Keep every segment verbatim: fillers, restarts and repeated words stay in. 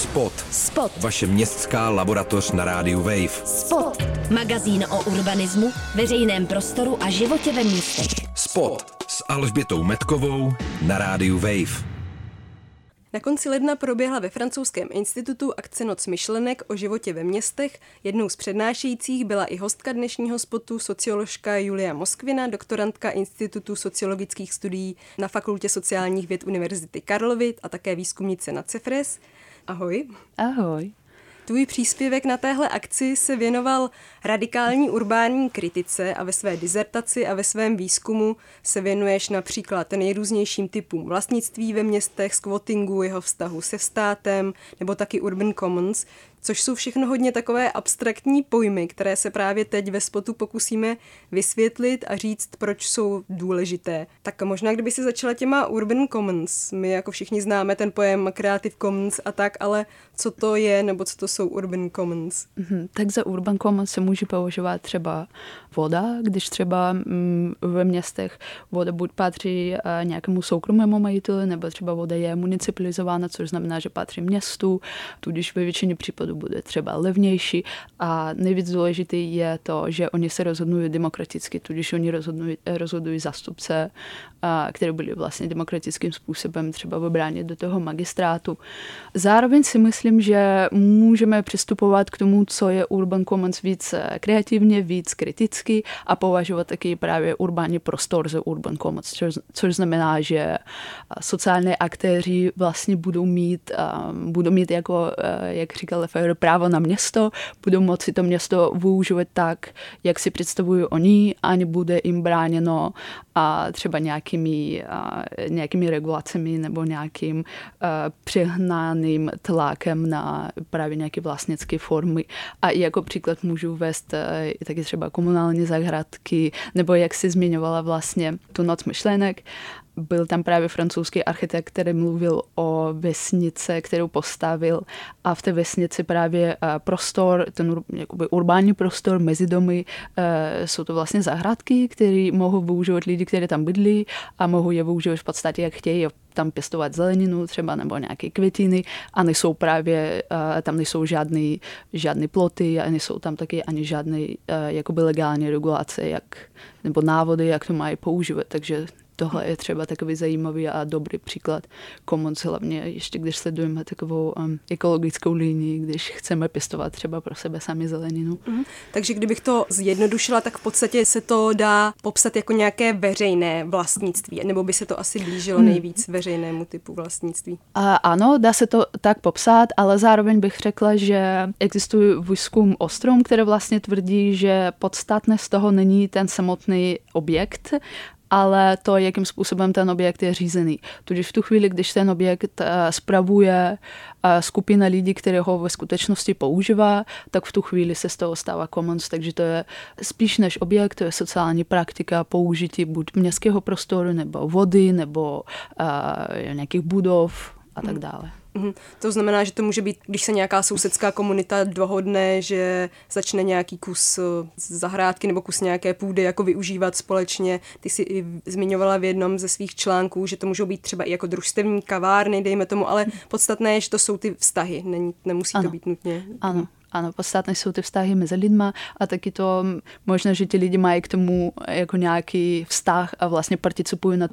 Spot. Spot. Vaše městská laboratoř na rádiu Wave. Spot. Magazín o urbanismu, veřejném prostoru a životě ve městech. Spot s Alžbětou Metkovou na rádiu Wave. Na konci ledna proběhla ve francouzském institutu akce Noc myšlenek o životě ve městech. Jednou z přednášejících byla i hostka dnešního spotu, socioložka Julia Moskvina, doktorantka Institutu sociologických studií na Fakultě sociálních věd Univerzity Karlovy a také výzkumnice na CEFRES. Ahoj. Ahoj. Tvůj příspěvek na téhle akci se věnoval radikální urbánní kritice a ve své dizertaci a ve svém výzkumu se věnuješ například nejrůznějším typům vlastnictví ve městech, squattingu, jeho vztahu se státem nebo taky urban commons, což jsou všechno hodně takové abstraktní pojmy, které se právě teď ve spotu pokusíme vysvětlit a říct, proč jsou důležité. Tak možná, kdyby si začala těma urban commons. My jako všichni známe ten pojem Creative Commons a tak, ale co to je nebo co to jsou urban commons? Mm, tak za urban commons se může používat třeba voda, když třeba mm, ve městech voda buď patří uh, nějakému soukromému majiteli, nebo třeba voda je municipalizována, což znamená, že patří městu, tudíž ve většině případů bude třeba levnější a nejvíc důležitý je to, že oni se rozhodují demokraticky, tudíž oni rozhodují, rozhodují zástupce, které byly vlastně demokratickým způsobem třeba vybráni do toho magistrátu. Zároveň si myslím, že můžeme přistupovat k tomu, co je urban commons víc kreativně, víc kriticky a považovat taky právě urbánní prostor za urban commons, což, což znamená, že sociální aktéři vlastně budou mít, budou mít jako, jak říkal Lefebvre, právo na město, budou moci to město využívat tak, jak si představují oni, a nebude jim bráněno a třeba nějakými, a, nějakými regulacemi nebo nějakým a, přehnaným tlakem na právě nějaké vlastnické formy. A jako příklad můžu uvést i taky třeba komunální zahrádky, nebo jak si zmiňovala vlastně tu Noc myšlenek. Byl tam právě francouzský architekt, který mluvil o vesnice, kterou postavil a v té vesnici právě prostor, ten jakoby urbánní prostor mezi domy, jsou to vlastně zahrádky, které mohou využívat lidi, kteří tam bydlí a mohou je využívat v podstatě jak chtějí, tam pěstovat zeleninu třeba nebo nějaké květiny a nejsou právě, tam nejsou žádný, žádný ploty a nejsou tam taky ani žádné jakoby legální regulace, jak, nebo návody, jak to mají používat, takže tohle je třeba takový zajímavý a dobrý příklad commons, hlavně ještě když sledujeme takovou um, ekologickou linii, když chceme pěstovat třeba pro sebe sami zeleninu. Mm. Takže kdybych to zjednodušila, tak v podstatě se to dá popsat jako nějaké veřejné vlastnictví, nebo by se to asi blížilo nejvíc veřejnému typu vlastnictví? A ano, dá se to tak popsat, ale zároveň bych řekla, že existuje výzkum Ostrom, které vlastně tvrdí, že podstatné z toho není ten samotný objekt, ale to, jakým způsobem ten objekt je řízený. Tudíž v tu chvíli, když ten objekt uh, spravuje uh, skupina lidí, které ho ve skutečnosti používá, tak v tu chvíli se z toho stává commons, takže to je spíš než objekt, to je sociální praktika použití buď městského prostoru, nebo vody, nebo uh, nějakých budov a tak dále. Mm, to znamená, že to může být, když se nějaká sousedská komunita dohodne, že začne nějaký kus zahrádky nebo kus nějaké půdy jako využívat společně. Ty jsi i zmiňovala v jednom ze svých článků, že to můžou být třeba i jako družstevní kavárny, dejme tomu, ale podstatné je, že to jsou ty vztahy, Není, nemusí ano. to být nutně. Ano. Ano, podstatné jsou ty vztahy mezi lidma a taky to možná, že ti lidi mají k tomu jako nějaký vztah a vlastně participují na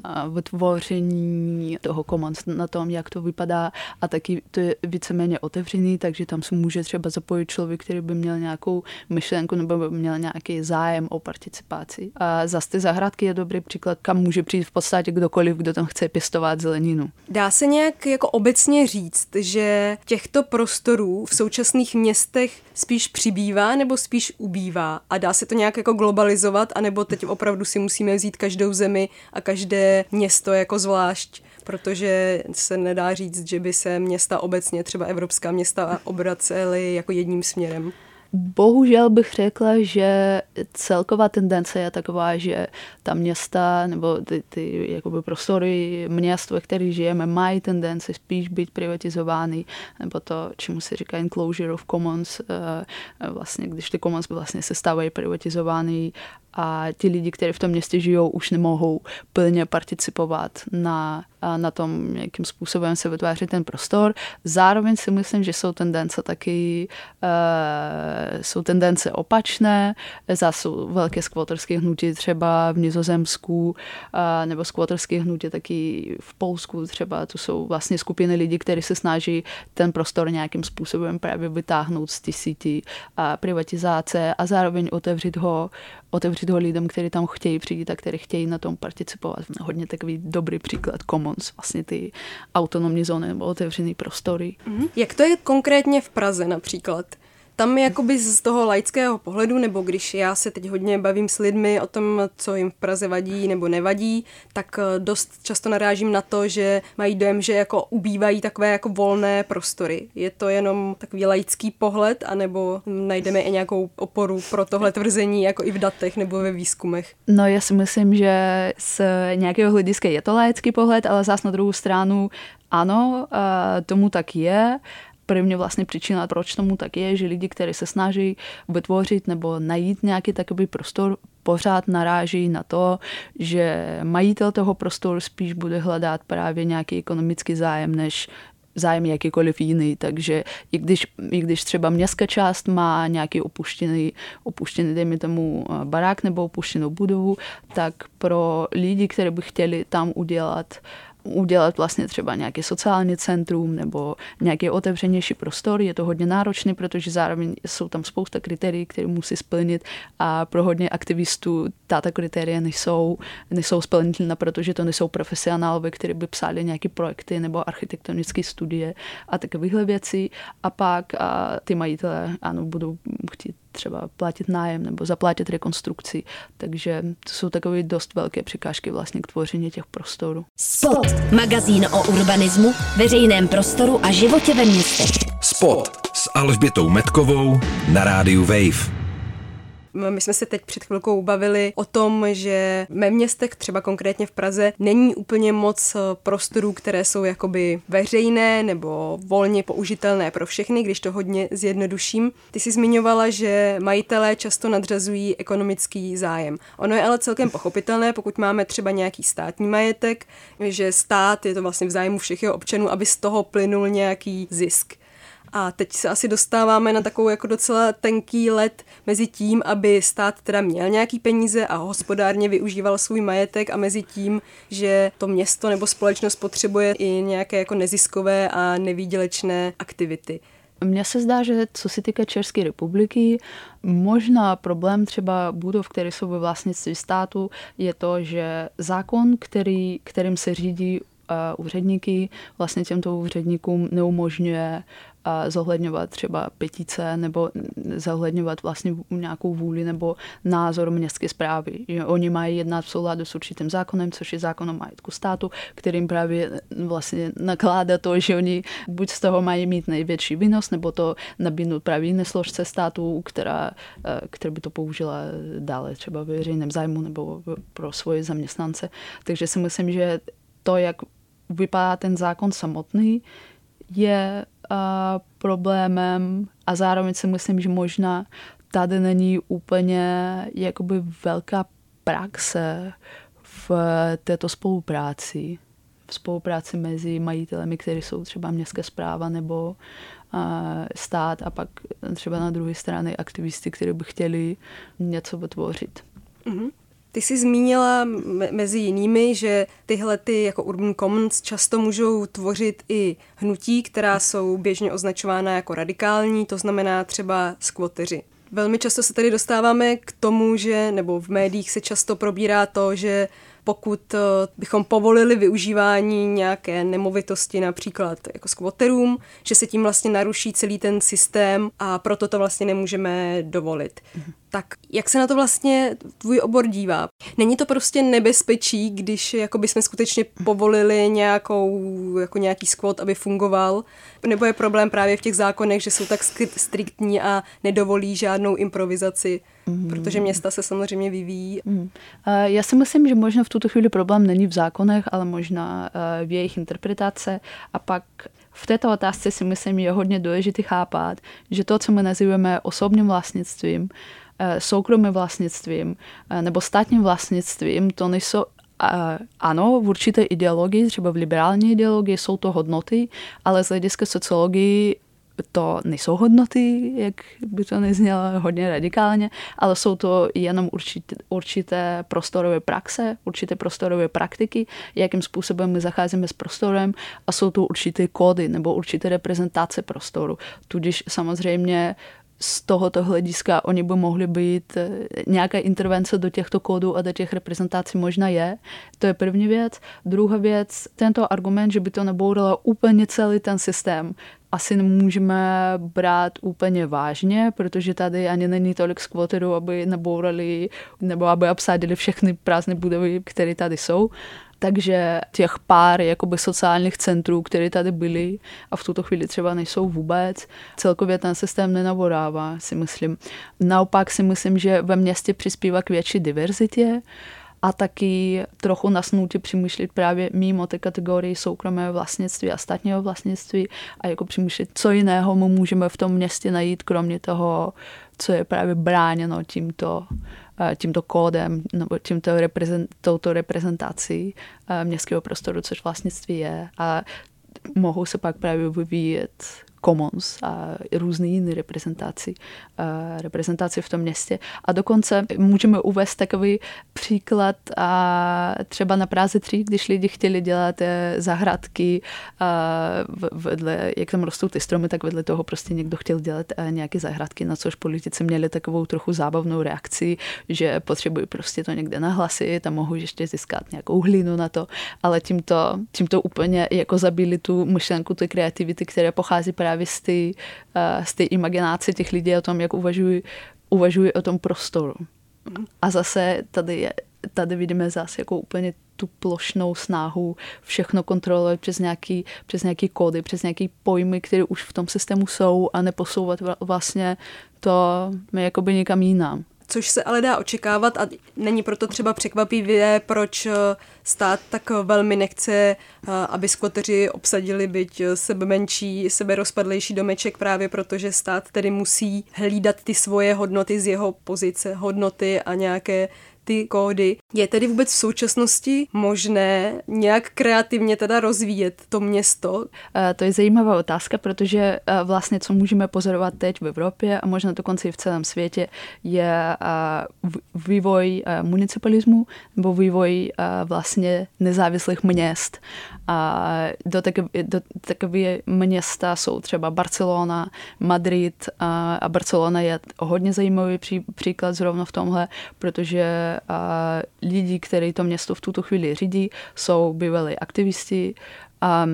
vytvoření toho commons, na tom, jak to vypadá a taky to je víceméně otevřený, takže tam se může třeba zapojit člověk, který by měl nějakou myšlenku nebo by měl nějaký zájem o participaci. A zase ty zahrádky je dobrý příklad, kam může přijít v podstatě kdokoliv, kdo tam chce pěstovat zeleninu. Dá se nějak jako obecně říct, že těchto prostorů v současných městech spíš přibývá nebo spíš ubývá? A dá se to nějak jako globalizovat, anebo teď opravdu si musíme vzít každou zemi a každé město jako zvlášť, protože se nedá říct, že by se města obecně, třeba evropská města, obracely jako jedním směrem? Bohužel bych řekla, že celková tendence je taková, že ta města nebo ty, ty jakoby prostory měst, ve kterých žijeme, mají tendenci spíš být privatizovány, nebo to, čemu se říká enclosure of commons, vlastně, když ty commons vlastně se stávají privatizovány a ti lidi, kteří v tom městě žijou, už nemohou plně participovat na, na tom, jakým způsobem se vytváří ten prostor. Zároveň si myslím, že jsou tendence taky, uh, jsou tendence opačné. Zase jsou velké skvoterské hnutí třeba v Nizozemsku, uh, nebo skvoterské hnutí taky v Polsku třeba. To jsou vlastně skupiny lidí, kteří se snaží ten prostor nějakým způsobem právě vytáhnout z té síti a privatizace a zároveň otevřít ho, otevřít ho lidem, kteří tam chtějí přijít a kteří chtějí na tom participovat. Hodně takový dobrý příklad Commons, vlastně ty autonomní zóny nebo otevřený prostory. Mm-hmm. Jak to je konkrétně v Praze například? Tam jakoby z toho laického pohledu, nebo když já se teď hodně bavím s lidmi o tom, co jim v Praze vadí nebo nevadí, tak dost často narážím na to, že mají dojem, že jako ubývají takové jako volné prostory. Je to jenom takový laický pohled, anebo najdeme i nějakou oporu pro tohle tvrzení, jako i v datech nebo ve výzkumech? No já si myslím, že z nějakého hlediska je to laický pohled, ale zás na druhou stranu ano, tomu tak je. Prvně vlastně příčina, proč tomu tak je, že lidi, kteří se snaží vytvořit nebo najít nějaký takový prostor, pořád naráží na to, že majitel toho prostoru spíš bude hledat právě nějaký ekonomický zájem, než zájem jakýkoliv jiný. Takže i když, i když třeba městská část má nějaký opuštěný, opuštěný, dejme tomu, barák nebo opuštěnou budovu, tak pro lidi, kteří by chtěli tam udělat udělat vlastně třeba nějaké sociální centrum nebo nějaký otevřenější prostor. Je to hodně náročné, protože zároveň jsou tam spousta kritérií, které musí splnit a pro hodně aktivistů tato kritéria nejsou, nejsou splnitelná, protože to nejsou profesionálové, kteří by psali nějaké projekty nebo architektonické studie a takovéhle věci. A pak a ty majitelé ano, budou chtít třeba platit nájem nebo zaplatit rekonstrukci. Takže to jsou takové dost velké překážky vlastně k tvoření těch prostorů. Spot. Magazín o urbanismu, veřejném prostoru a životě ve městech. Spot s Alžbětou Metkovou na rádiu Wave. My jsme se teď před chvilkou bavili o tom, že ve městech, třeba konkrétně v Praze, není úplně moc prostorů, které jsou jakoby veřejné nebo volně použitelné pro všechny, když to hodně zjednoduším. Ty jsi zmiňovala, že majitelé často nadřazují ekonomický zájem. Ono je ale celkem pochopitelné, pokud máme třeba nějaký státní majetek, že stát je to vlastně v zájmu všech jeho občanů, aby z toho plynul nějaký zisk. A teď se asi dostáváme na takovou jako docela tenký led mezi tím, aby stát teda měl nějaký peníze a hospodárně využíval svůj majetek a mezi tím, že to město nebo společnost potřebuje i nějaké jako neziskové a nevýdělečné aktivity. Mně se zdá, že co se týká České republiky, možná problém třeba budov, které jsou ve vlastnictví státu, je to, že zákon, který, kterým se řídí uh, úředníky, vlastně těmto úředníkům neumožňuje zohledňovat třeba petice nebo zohledňovat vlastně nějakou vůli nebo názor městské správy. Že oni mají jednat v souladu s určitým zákonem, což je zákon o majetku státu, kterým právě vlastně nakládá to, že oni buď z toho mají mít největší výnos, nebo to nabídnout právě jiné složce státu, která, která by to použila dále třeba ve veřejném zájmu nebo pro svoje zaměstnance. Takže si myslím, že to, jak vypadá ten zákon samotný, je a problémem a zároveň si myslím, že možná tady není úplně jakoby velká praxe v této spolupráci. V spolupráci mezi majitelemi, kteří jsou třeba městská správa nebo a, stát a pak třeba na druhé straně aktivisty, kteří by chtěli něco vytvořit. Mm-hmm. Ty jsi zmínila mezi jinými, že tyhle ty jako urban commons často můžou tvořit i hnutí, která jsou běžně označována jako radikální, to znamená třeba skvoteři. Velmi často se tady dostáváme k tomu, že, nebo v médiích se často probírá to, že pokud bychom povolili využívání nějaké nemovitosti například jako skvoterům, že se tím vlastně naruší celý ten systém a proto to vlastně nemůžeme dovolit. Mhm. Tak jak se na to vlastně tvůj obor dívá? Není to prostě nebezpečí, když jako bychom skutečně povolili nějakou, jako nějaký skvot, aby fungoval? Nebo je problém právě v těch zákonech, že jsou tak striktní a nedovolí žádnou improvizaci? Mm. Protože města se samozřejmě vyvíjí. Mm. Já si myslím, že možná v tuto chvíli problém není v zákonech, ale možná v jejich interpretace. A pak v této otázce si myslím, je hodně důležité chápat, že to, co my nazýváme osobním vlastnictvím, soukromým vlastnictvím nebo státním vlastnictvím, to nejsou ano, v určité ideologii, třeba v liberální ideologii jsou to hodnoty, ale z hlediska sociologii to nejsou hodnoty, jak by to neznělo hodně radikálně, ale jsou to jenom určité, určité prostorové praxe, určité prostorové praktiky, jakým způsobem my zacházíme s prostorem a jsou to určité kódy nebo určité reprezentace prostoru. Tudíž samozřejmě z tohoto hlediska oni by mohli být, nějaká intervence do těchto kódů a do těch reprezentací možná je. To je první věc. Druhá věc, tento argument, že by to nabouralo úplně celý ten systém, asi nemůžeme brát úplně vážně, protože tady ani není tolik skvoterů, aby nabourali nebo aby obsadili všechny prázdné budovy, které tady jsou. Takže těch pár jakoby sociálních centrů, které tady byly a v tuto chvíli třeba nejsou vůbec, celkově ten systém nenaborává, si myslím. Naopak si myslím, že ve městě přispívá k větší diverzitě a taky trochu nasnutí přemýšlet právě mimo té kategorii soukromého vlastnictví a státního vlastnictví a jako přemýšlet, co jiného my můžeme v tom městě najít, kromě toho, co je právě bráněno tímto tímto kódem nebo tímto reprezent, touto reprezentací městského prostoru, což vlastnictví je. A mohou se pak právě vyvíjet commons a různé jiné reprezentaci, reprezentaci v tom městě. A dokonce můžeme uvést takový příklad a třeba na Praze tři, když lidi chtěli dělat zahradky, vedle, jak tam rostou ty stromy, tak vedle toho prostě někdo chtěl dělat nějaké zahradky, na což politici měli takovou trochu zábavnou reakci, že potřebují prostě to někde nahlasit a mohou ještě získat nějakou hlínu na to, ale tímto, tímto úplně jako zabili tu myšlenku, tu kreativity, která pochází právě z té, z té imaginace těch lidí o tom, jak uvažují, uvažují o tom prostoru. A zase tady, tady vidíme zase jako úplně tu plošnou snahu všechno kontrolovat přes nějaký, přes nějaký kódy, přes nějaký pojmy, které už v tom systému jsou a neposouvat vlastně to jakoby někam jinam. Což se ale dá očekávat a není proto třeba překvapivé, proč stát tak velmi nechce, aby skvoteři obsadili byť sebe menší, sebe rozpadlejší domeček, právě protože stát tedy musí hlídat ty svoje hodnoty z jeho pozice, hodnoty a nějaké ty kódy. Je tedy vůbec v současnosti možné nějak kreativně teda rozvíjet to město? To je zajímavá otázka, protože vlastně co můžeme pozorovat teď v Evropě a možná dokonce i v celém světě je vývoj municipalismu nebo vývoj vlastně nezávislých měst. A do takové, do takové města jsou třeba Barcelona, Madrid a Barcelona je hodně zajímavý pří, příklad zrovna v tomhle, protože a lidi, kteří to město v tuto chvíli řídí, jsou bývalí aktivisti a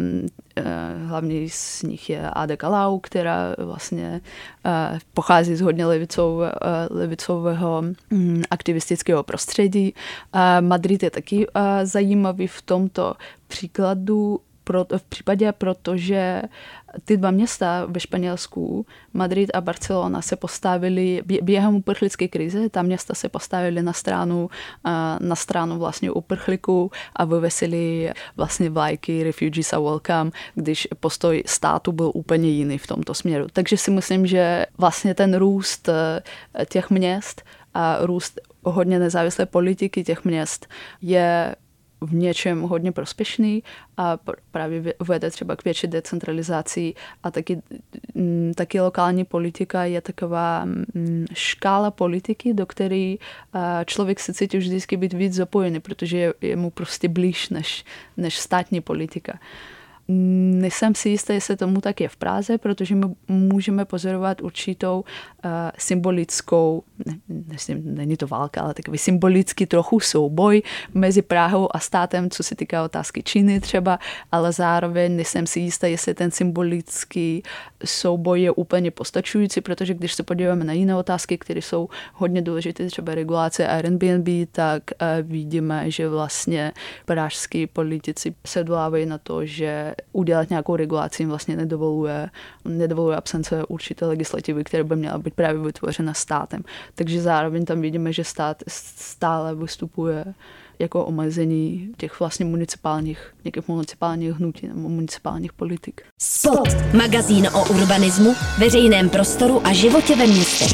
hlavně z nich je Ada Colau, která vlastně pochází z hodně levicové, levicového aktivistického prostředí. Madrid je taky zajímavý v tomto příkladu, Pro, v případě, protože ty dva města ve Španělsku, Madrid a Barcelona, se postavili během uprchlické krize, ta města se postavili na stranu, na stranu vlastně uprchlíků a vyvesili vlastně vlajky Refugees are welcome, když postoj státu byl úplně jiný v tomto směru. Takže si myslím, že vlastně ten růst těch měst a růst hodně nezávislé politiky těch měst je v něčem hodně prospěšný a právě vede třeba k větší decentralizaci a taky, taky lokální politika je taková škála politiky, do které člověk se cítí vždycky být víc zapojený, protože je mu prostě blíž než, než státní politika. Nejsem si jistá, jestli tomu tak je v Praze, protože my můžeme pozorovat určitou uh, symbolickou, ne, ne, není to válka, ale takový symbolický trochu souboj mezi Prahou a státem, co se týká otázky Číny třeba, ale zároveň nejsem si jistá, jestli ten symbolický souboj je úplně postačující, protože když se podíváme na jiné otázky, které jsou hodně důležité, třeba regulace Airbnb, tak uh, vidíme, že vlastně pražský politici se dolávají na to, že udělat nějakou regulaci jim vlastně nedovoluje, nedovoluje absence určité legislativy, která by měla být právě vytvořena státem. Takže zároveň tam vidíme, že stát stále vystupuje jako omezení těch vlastně municipálních, nějakých municipálních hnutí nebo municipálních politik. Spot. Magazín o urbanismu, veřejném prostoru a životě ve městech.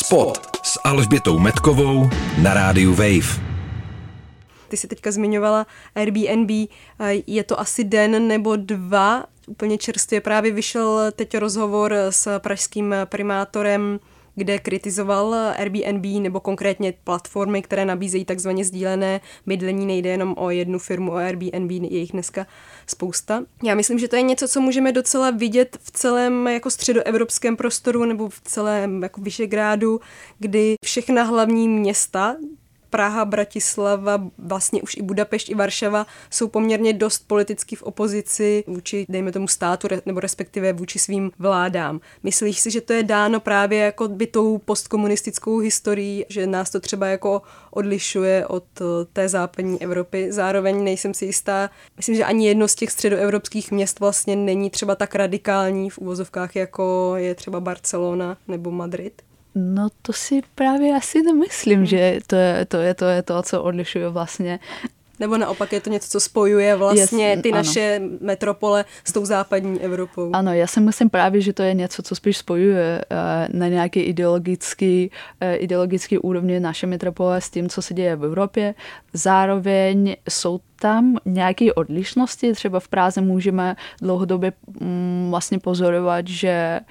Spot s Alžbětou Metkovou na rádiu Wave. Ty jsi teďka zmiňovala Airbnb, je to asi den nebo dva, úplně čerstvě právě vyšel teď rozhovor s pražským primátorem, kde kritizoval Airbnb nebo konkrétně platformy, které nabízejí takzvaně sdílené bydlení. Nejde jenom o jednu firmu, o Airbnb, je jich dneska spousta. Já myslím, že to je něco, co můžeme docela vidět v celém jako středoevropském prostoru nebo v celém jako Visegrádu, kdy všechna hlavní města, Praha, Bratislava, vlastně už i Budapešť, i Varšava jsou poměrně dost politicky v opozici vůči, dejme tomu, státu, nebo respektive vůči svým vládám. Myslíš si, že to je dáno právě jako by tou postkomunistickou historií, že nás to třeba jako odlišuje od té západní Evropy? Zároveň nejsem si jistá, myslím, že ani jedno z těch středoevropských měst vlastně není třeba tak radikální v uvozovkách, jako je třeba Barcelona nebo Madrid. No to si právě asi nemyslím, že to je to, je, to, je to co odlišuje vlastně. Nebo naopak je to něco, co spojuje vlastně ty yes, naše metropole s tou západní Evropou. Ano, já si myslím právě, že to je něco, co spíš spojuje na nějaké ideologický, ideologický úrovni naše metropole s tím, co se děje v Evropě. Zároveň jsou tam nějaké odlišnosti. Třeba v Praze můžeme dlouhodobě vlastně pozorovat, že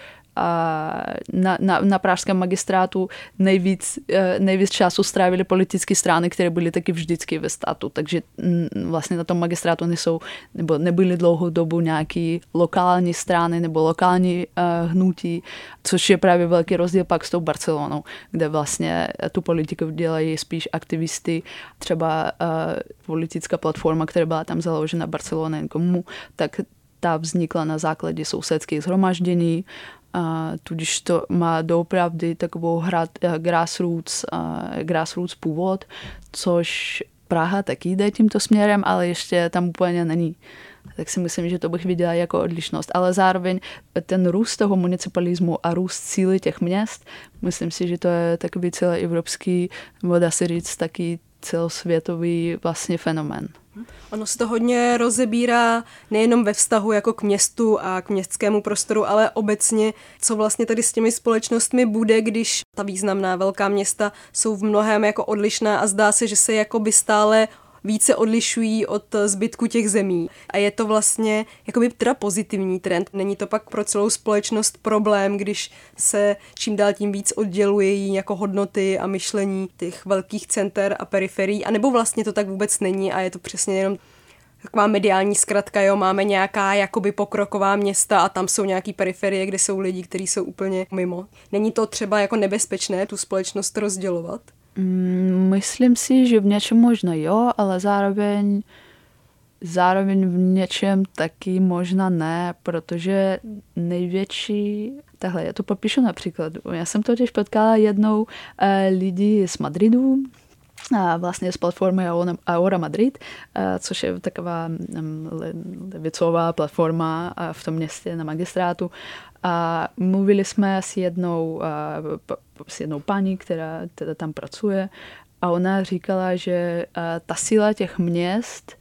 Na, na, na pražském magistrátu nejvíc, nejvíc času strávili politické strany, které byly taky vždycky ve státu, takže vlastně na tom magistrátu nejsou, nebo nebyly dlouhou dobu nějaké lokální strany nebo lokální uh, hnutí, což je právě velký rozdíl pak s tou Barcelonou, kde vlastně tu politiku dělají spíš aktivisty, třeba uh, politická platforma, která byla tam založena Barcelona komu, tak ta vznikla na základě sousedských shromaždění, a tudíž to má doopravdy takovou hrad, grassroots, grassroots původ, což Praha taky jde tímto směrem, ale ještě tam úplně není. Tak si myslím, že to bych viděla jako odlišnost. Ale zároveň ten růst toho municipalismu a růst síly těch měst, myslím si, že to je takový celoevropský, nebo dá se říct taky celosvětový vlastně fenomén. Ono se to hodně rozebírá nejenom ve vztahu jako k městu a k městskému prostoru, ale obecně, co vlastně tady s těmi společnostmi bude, když ta významná velká města jsou v mnohém jako odlišná a zdá se, že se jakoby stále více odlišují od zbytku těch zemí. A je to vlastně jakoby teda pozitivní trend. Není to pak pro celou společnost problém, když se čím dál tím víc oddělují jako hodnoty a myšlení těch velkých center a periferií, anebo vlastně to tak vůbec není a je to přesně jenom taková mediální zkratka, jo, máme nějaká jakoby pokroková města a tam jsou nějaký periferie, kde jsou lidi, kteří jsou úplně mimo. Není to třeba jako nebezpečné tu společnost rozdělovat? Myslím si, že v něčem možná jo, ale zároveň, zároveň v něčem taky možná ne, protože největší, takhle já to popíšu na příkladu. Já jsem totiž potkala jednou uh, lidi z Madridu, a vlastně z platformy Ahora Madrid, což je taková levicová platforma v tom městě na magistrátu. A mluvili jsme s jednou, s jednou paní, která teda tam pracuje, a ona říkala, že ta síla těch měst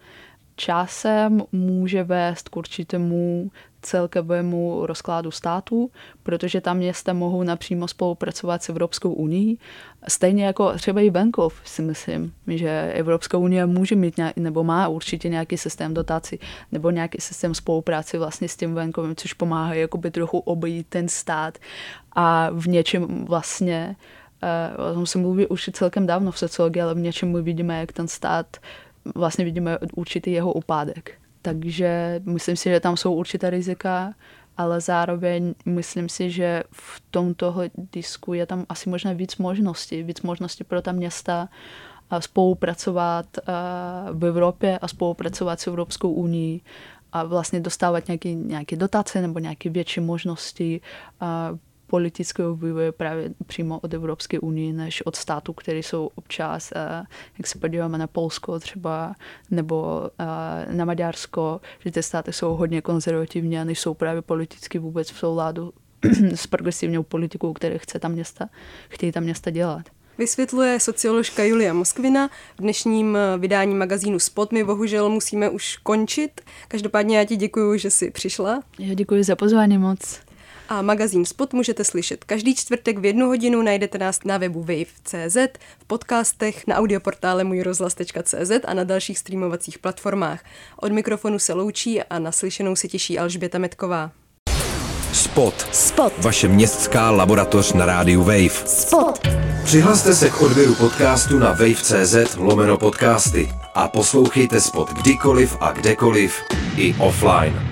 časem může vést k určitému celkovému rozkladu státu, protože tam města mohou napřímo spolupracovat s Evropskou unií. Stejně jako třeba i venkov, si myslím, že Evropská unie může mít nějaký, nebo má určitě nějaký systém dotací nebo nějaký systém spolupráce vlastně s tím venkovem, což pomáhá jakoby trochu obejít ten stát a v něčem vlastně, o tom se mluví už celkem dávno v sociologii, ale v něčem my vidíme, jak ten stát vlastně vidíme určitý jeho úpadek. Takže myslím si, že tam jsou určitá rizika, ale zároveň myslím si, že v tomto disku je tam asi možná víc možností, víc možností pro ta města spolupracovat v Evropě a spolupracovat s Evropskou unií a vlastně dostávat nějaké, nějaké dotace nebo nějaké větší možnosti politického vývoje právě přímo od Evropské unie, než od států, které jsou občas, jak se podíváme na Polsko třeba, nebo na Maďarsko, že ty státy jsou hodně konzervativní a nejsou právě politicky vůbec v souladu s progresivní politikou, které chce ta města, chtějí ta města dělat. Vysvětluje socioložka Julia Moskvina. V dnešním vydání magazínu Spot my bohužel musíme už končit. Každopádně já ti děkuji, že jsi přišla. Já děkuji za pozvání moc. A magazín Spot můžete slyšet každý čtvrtek v jednu hodinu, najdete nás na webu wave tečka cé zet, v podcastech, na audioportále můj rozhlas tečka cé zet a na dalších streamovacích platformách. Od mikrofonu se loučí a naslyšenou se těší Alžběta Metková. Spot. Spot. Vaše městská laboratoř na rádiu Wave. Spot. Přihlaste se k odběru podcastu na wave tečka cé zet lomeno podcasty a poslouchejte Spot kdykoliv a kdekoliv i offline.